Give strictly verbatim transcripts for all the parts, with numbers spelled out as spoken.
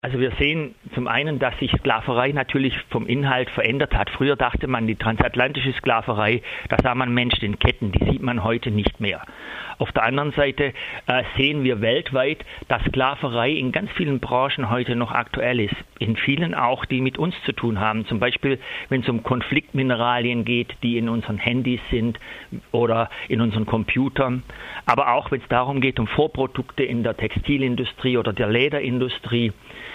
Also wir sehen zum einen, dass sich Sklaverei natürlich vom Inhalt verändert hat. Früher dachte man, die transatlantische Sklaverei, da sah man Menschen in Ketten, die sieht man heute nicht mehr. Auf der anderen Seite äh, sehen wir weltweit, dass Sklaverei in ganz vielen Branchen heute noch aktuell ist. In vielen auch, die mit uns zu tun haben. Zum Beispiel, wenn es um Konfliktmineralien geht, die in unseren Handys sind oder in unseren Computern. Aber auch, wenn es darum geht, um Vorprodukte in der Textilindustrie oder der Lederindustrie.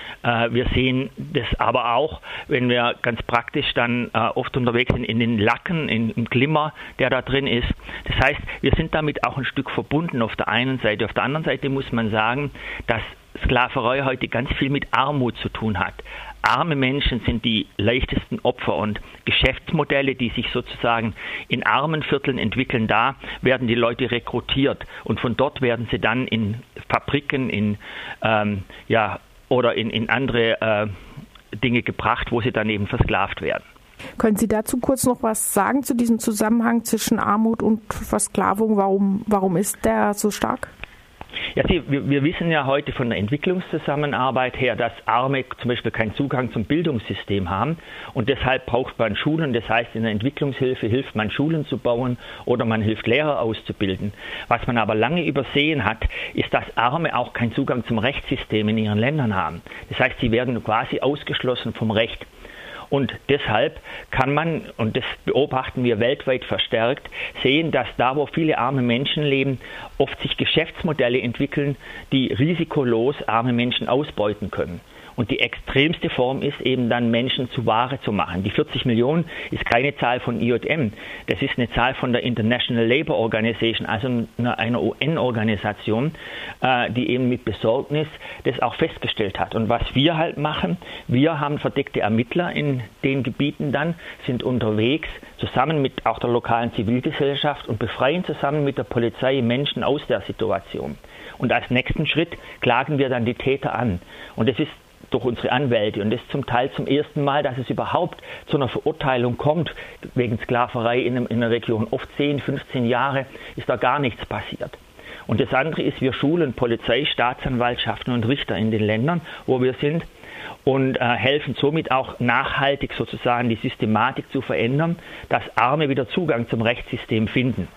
Wir sehen das aber auch, wenn wir ganz praktisch dann äh, oft unterwegs sind in den Lacken, in, im Glimmer, der da drin ist. Das heißt, wir sind damit auch ein Stück verbunden auf der einen Seite. Auf der anderen Seite muss man sagen, dass Sklaverei heute ganz viel mit Armut zu tun hat. Arme Menschen sind die leichtesten Opfer und Geschäftsmodelle, die sich sozusagen in armen Vierteln entwickeln, da werden die Leute rekrutiert und von dort werden sie dann in Fabriken, in ähm, ja oder in, in andere äh, Dinge gebracht, wo sie dann eben versklavt werden. Können Sie dazu kurz noch was sagen zu diesem Zusammenhang zwischen Armut und Versklavung? Warum, warum ist der so stark? Ja, Sie, wir, wir wissen ja heute von der Entwicklungszusammenarbeit her, dass Arme zum Beispiel keinen Zugang zum Bildungssystem haben und deshalb braucht man Schulen. Das heißt, in der Entwicklungshilfe hilft man, Schulen zu bauen oder man hilft, Lehrer auszubilden. Was man aber lange übersehen hat, ist, dass Arme auch keinen Zugang zum Rechtssystem in ihren Ländern haben. Das heißt, sie werden quasi ausgeschlossen vom Recht. Und deshalb kann man, und das beobachten wir weltweit verstärkt, sehen, dass da, wo viele arme Menschen leben, oft sich Geschäftsmodelle entwickeln, die risikolos arme Menschen ausbeuten können. Und die extremste Form ist eben dann, Menschen zu Ware zu machen. Die vierzig Millionen ist keine Zahl von I J M. Das ist eine Zahl von der International Labour Organization, also einer U N-Organisation, die eben mit Besorgnis das auch festgestellt hat. Und was wir halt machen, wir haben verdeckte Ermittler in den Gebieten dann, sind unterwegs, zusammen mit auch der lokalen Zivilgesellschaft und befreien zusammen mit der Polizei Menschen aus der Situation. Und als nächsten Schritt klagen wir dann die Täter an. Und das ist durch unsere Anwälte. Und das ist zum Teil zum ersten Mal, dass es überhaupt zu einer Verurteilung kommt wegen Sklaverei in, in einer Region. Oft zehn, fünfzehn Jahre ist da gar nichts passiert. Und das andere ist, wir schulen Polizei, Staatsanwaltschaften und Richter in den Ländern, wo wir sind, und äh, helfen somit auch nachhaltig sozusagen die Systematik zu verändern, dass Arme wieder Zugang zum Rechtssystem finden.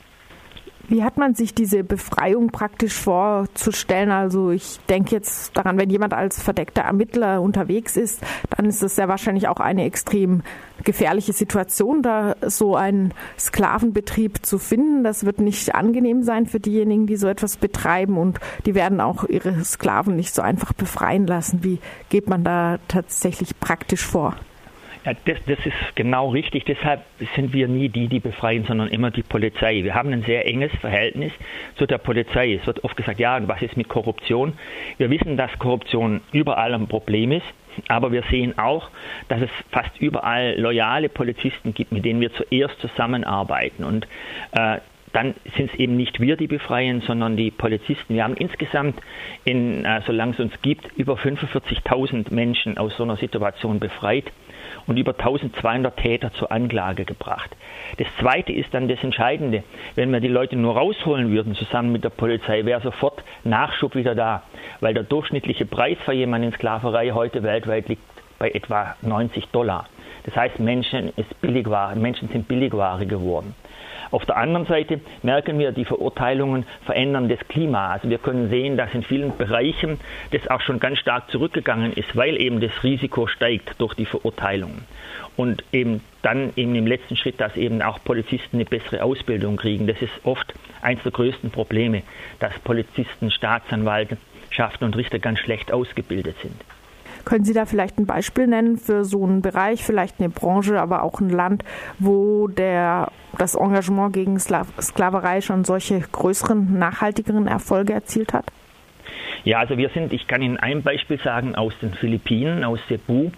Wie hat man sich diese Befreiung praktisch vorzustellen? Also ich denke jetzt daran, wenn jemand als verdeckter Ermittler unterwegs ist, dann ist es sehr wahrscheinlich auch eine extrem gefährliche Situation, da so einen Sklavenbetrieb zu finden. Das wird nicht angenehm sein für diejenigen, die so etwas betreiben, und die werden auch ihre Sklaven nicht so einfach befreien lassen. Wie geht man da tatsächlich praktisch vor? Ja, das, das ist genau richtig. Deshalb sind wir nie die, die befreien, sondern immer die Polizei. Wir haben ein sehr enges Verhältnis zu der Polizei. Es wird oft gesagt, ja, und was ist mit Korruption? Wir wissen, dass Korruption überall ein Problem ist. Aber wir sehen auch, dass es fast überall loyale Polizisten gibt, mit denen wir zuerst zusammenarbeiten. Und äh, dann sind es eben nicht wir, die befreien, sondern die Polizisten. Wir haben insgesamt, in, äh, solange es uns gibt, über fünfundvierzigtausend Menschen aus so einer Situation befreit und über eintausendzweihundert Täter zur Anklage gebracht. Das Zweite ist dann das Entscheidende. Wenn wir die Leute nur rausholen würden, zusammen mit der Polizei, wäre sofort Nachschub wieder da. Weil der durchschnittliche Preis für jemanden in Sklaverei heute weltweit liegt bei etwa neunzig Dollar. Das heißt, Menschen, ist Billigware, Menschen sind Billigware geworden. Auf der anderen Seite merken wir, die Verurteilungen verändern das Klima. Also wir können sehen, dass in vielen Bereichen das auch schon ganz stark zurückgegangen ist, weil eben das Risiko steigt durch die Verurteilungen. Und eben dann eben im letzten Schritt, dass eben auch Polizisten eine bessere Ausbildung kriegen. Das ist oft eines der größten Probleme, dass Polizisten, Staatsanwaltschaften und Richter ganz schlecht ausgebildet sind. Können Sie da vielleicht ein Beispiel nennen für so einen Bereich, vielleicht eine Branche, aber auch ein Land, wo der, das Engagement gegen Sklaverei schon solche größeren, nachhaltigeren Erfolge erzielt hat? Ja, also wir sind, ich kann Ihnen ein Beispiel sagen, aus den Philippinen, aus Cebu.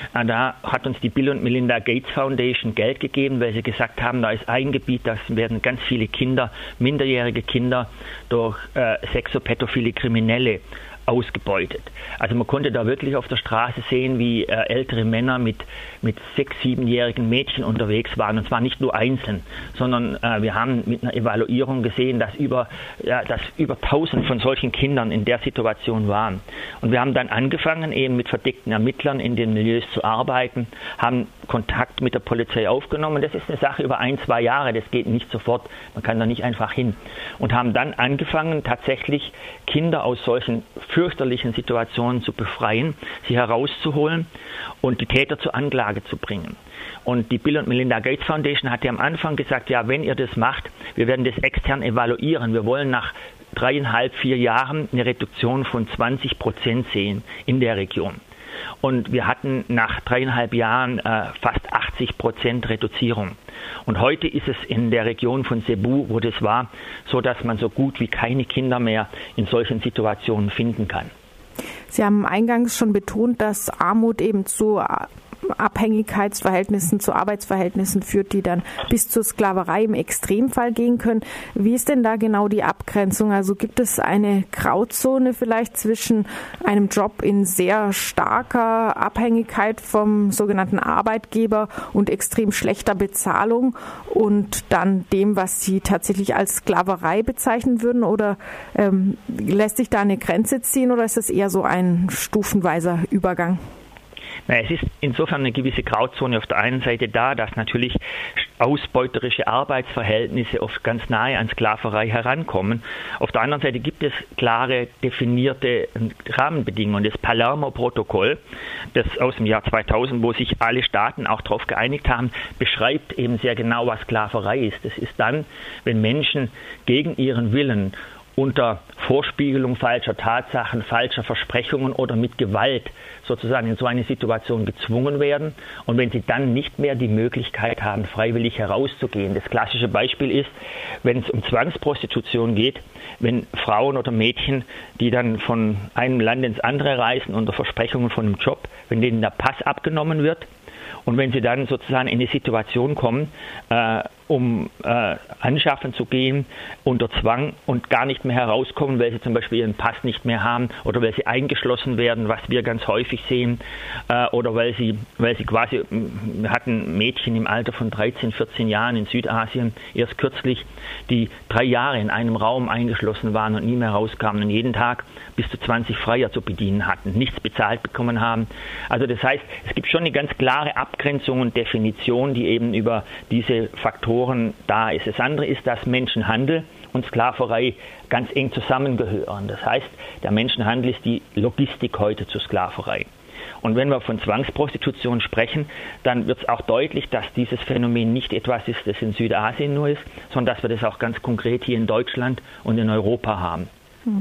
Da hat uns die Bill und Melinda Gates Foundation Geld gegeben, weil sie gesagt haben, da ist ein Gebiet, da werden ganz viele Kinder, minderjährige Kinder, durch äh, sexopädophile Kriminelle ausgebeutet. Also man konnte da wirklich auf der Straße sehen, wie äh, ältere Männer mit, mit sechs-, siebenjährigen Mädchen unterwegs waren. Und zwar nicht nur einzeln, sondern äh, wir haben mit einer Evaluierung gesehen, dass über, ja, dass über tausend von solchen Kindern in der Situation waren. Und wir haben dann angefangen, eben mit verdeckten Ermittlern in den Milieus zu arbeiten, haben Kontakt mit der Polizei aufgenommen. Das ist eine Sache über ein, zwei Jahre, das geht nicht sofort, man kann da nicht einfach hin. Und haben dann angefangen, tatsächlich Kinder aus solchen fürchterlichen Situationen zu befreien, sie herauszuholen und die Täter zur Anklage zu bringen. Und die Bill und Melinda Gates Foundation hatte am Anfang gesagt, ja, wenn ihr das macht, wir werden das extern evaluieren. Wir wollen nach dreieinhalb, vier Jahren eine Reduktion von zwanzig Prozent sehen in der Region. Und wir hatten nach dreieinhalb Jahren äh, fast achtzig Prozent Reduzierung. Und heute ist es in der Region von Cebu, wo das war, so, dass man so gut wie keine Kinder mehr in solchen Situationen finden kann. Sie haben eingangs schon betont, dass Armut eben zu Abhängigkeitsverhältnissen, zu Arbeitsverhältnissen führt, die dann bis zur Sklaverei im Extremfall gehen können. Wie ist denn da genau die Abgrenzung? Also gibt es eine Grauzone vielleicht zwischen einem Job in sehr starker Abhängigkeit vom sogenannten Arbeitgeber und extrem schlechter Bezahlung und dann dem, was Sie tatsächlich als Sklaverei bezeichnen würden? Oder ähm, lässt sich da eine Grenze ziehen oder ist es eher so ein stufenweiser Übergang? Es ist insofern eine gewisse Grauzone auf der einen Seite da, dass natürlich ausbeuterische Arbeitsverhältnisse oft ganz nahe an Sklaverei herankommen. Auf der anderen Seite gibt es klare, definierte Rahmenbedingungen. Das Palermo-Protokoll, das aus dem Jahr zweitausend, wo sich alle Staaten auch darauf geeinigt haben, beschreibt eben sehr genau, was Sklaverei ist. Das ist dann, wenn Menschen gegen ihren Willen unter Vorspiegelung falscher Tatsachen, falscher Versprechungen oder mit Gewalt sozusagen in so eine Situation gezwungen werden und wenn sie dann nicht mehr die Möglichkeit haben, freiwillig herauszugehen. Das klassische Beispiel ist, wenn es um Zwangsprostitution geht, wenn Frauen oder Mädchen, die dann von einem Land ins andere reisen unter Versprechungen von einem Job, wenn denen der Pass abgenommen wird und wenn sie dann sozusagen in eine Situation kommen, äh, um äh, anschaffen zu gehen unter Zwang und gar nicht mehr herauskommen, weil sie zum Beispiel ihren Pass nicht mehr haben oder weil sie eingeschlossen werden, was wir ganz häufig sehen, äh, oder weil sie, weil sie quasi, wir hatten Mädchen im Alter von dreizehn, vierzehn Jahren in Südasien, erst kürzlich, die drei Jahre in einem Raum eingeschlossen waren und nie mehr rauskamen und jeden Tag bis zu zwanzig Freier zu bedienen hatten, nichts bezahlt bekommen haben. Also das heißt, es gibt schon eine ganz klare Abgrenzung und Definition, die eben über diese Faktoren da ist. Das andere ist, dass Menschenhandel und Sklaverei ganz eng zusammengehören. Das heißt, der Menschenhandel ist die Logistik heute zur Sklaverei. Und wenn wir von Zwangsprostitution sprechen, dann wird es auch deutlich, dass dieses Phänomen nicht etwas ist, das in Südasien nur ist, sondern dass wir das auch ganz konkret hier in Deutschland und in Europa haben.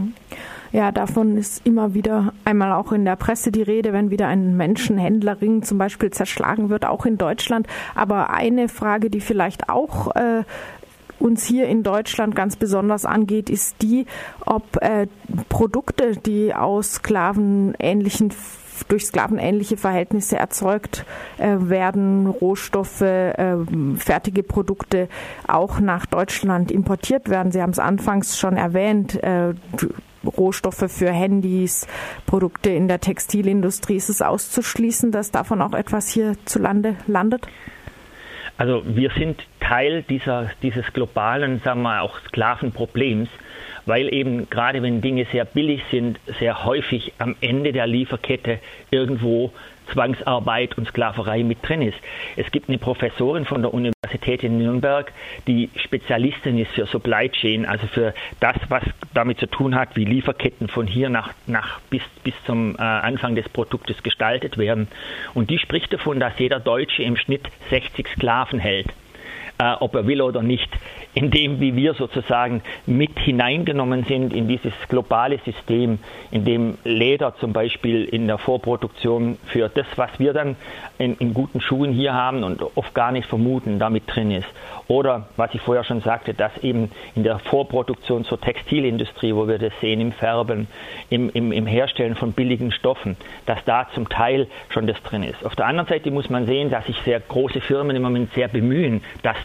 Ja, davon ist immer wieder einmal auch in der Presse die Rede, wenn wieder ein Menschenhändlerring zum Beispiel zerschlagen wird, auch in Deutschland. Aber eine Frage, die vielleicht auch äh, uns hier in Deutschland ganz besonders angeht, ist die, ob äh, Produkte, die aus sklavenähnlichen durch sklavenähnliche Verhältnisse erzeugt äh, werden, Rohstoffe, äh, fertige Produkte auch nach Deutschland importiert werden. Sie haben es anfangs schon erwähnt, äh, Rohstoffe für Handys, Produkte in der Textilindustrie. Ist es auszuschließen, dass davon auch etwas hierzulande landet? Also wir sind Teil dieser, dieses globalen, sagen wir auch Sklavenproblems, weil eben gerade wenn Dinge sehr billig sind, sehr häufig am Ende der Lieferkette irgendwo Zwangsarbeit und Sklaverei mit drin ist. Es gibt eine Professorin von der Universität in Nürnberg, die Spezialistin ist für Supply Chain, also für das, was damit zu tun hat, wie Lieferketten von hier nach, nach bis, bis zum äh, Anfang des Produktes gestaltet werden. Und die spricht davon, dass jeder Deutsche im Schnitt sechzig Sklaven hält. Äh, ob er will oder nicht, in dem, wie wir sozusagen mit hineingenommen sind in dieses globale System, in dem Leder zum Beispiel in der Vorproduktion für das, was wir dann in, in guten Schuhen hier haben und oft gar nicht vermuten, damit drin ist. Oder, was ich vorher schon sagte, dass eben in der Vorproduktion zur Textilindustrie, wo wir das sehen, im Färben, im, im, im Herstellen von billigen Stoffen, dass da zum Teil schon das drin ist. Auf der anderen Seite muss man sehen, dass sich sehr große Firmen im Moment sehr bemühen, das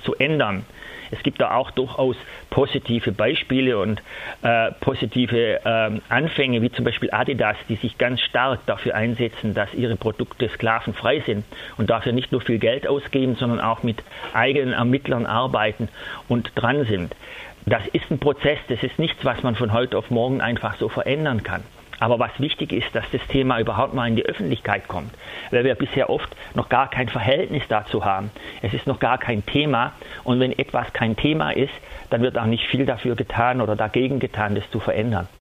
zu ändern. Es gibt da auch durchaus positive Beispiele und äh, positive äh, Anfänge, wie zum Beispiel Adidas, die sich ganz stark dafür einsetzen, dass ihre Produkte sklavenfrei sind und dafür nicht nur viel Geld ausgeben, sondern auch mit eigenen Ermittlern arbeiten und dran sind. Das ist ein Prozess, das ist nichts, was man von heute auf morgen einfach so verändern kann. Aber was wichtig ist, dass das Thema überhaupt mal in die Öffentlichkeit kommt, weil wir bisher oft noch gar kein Verhältnis dazu haben. Es ist noch gar kein Thema und wenn etwas kein Thema ist, dann wird auch nicht viel dafür getan oder dagegen getan, das zu verändern.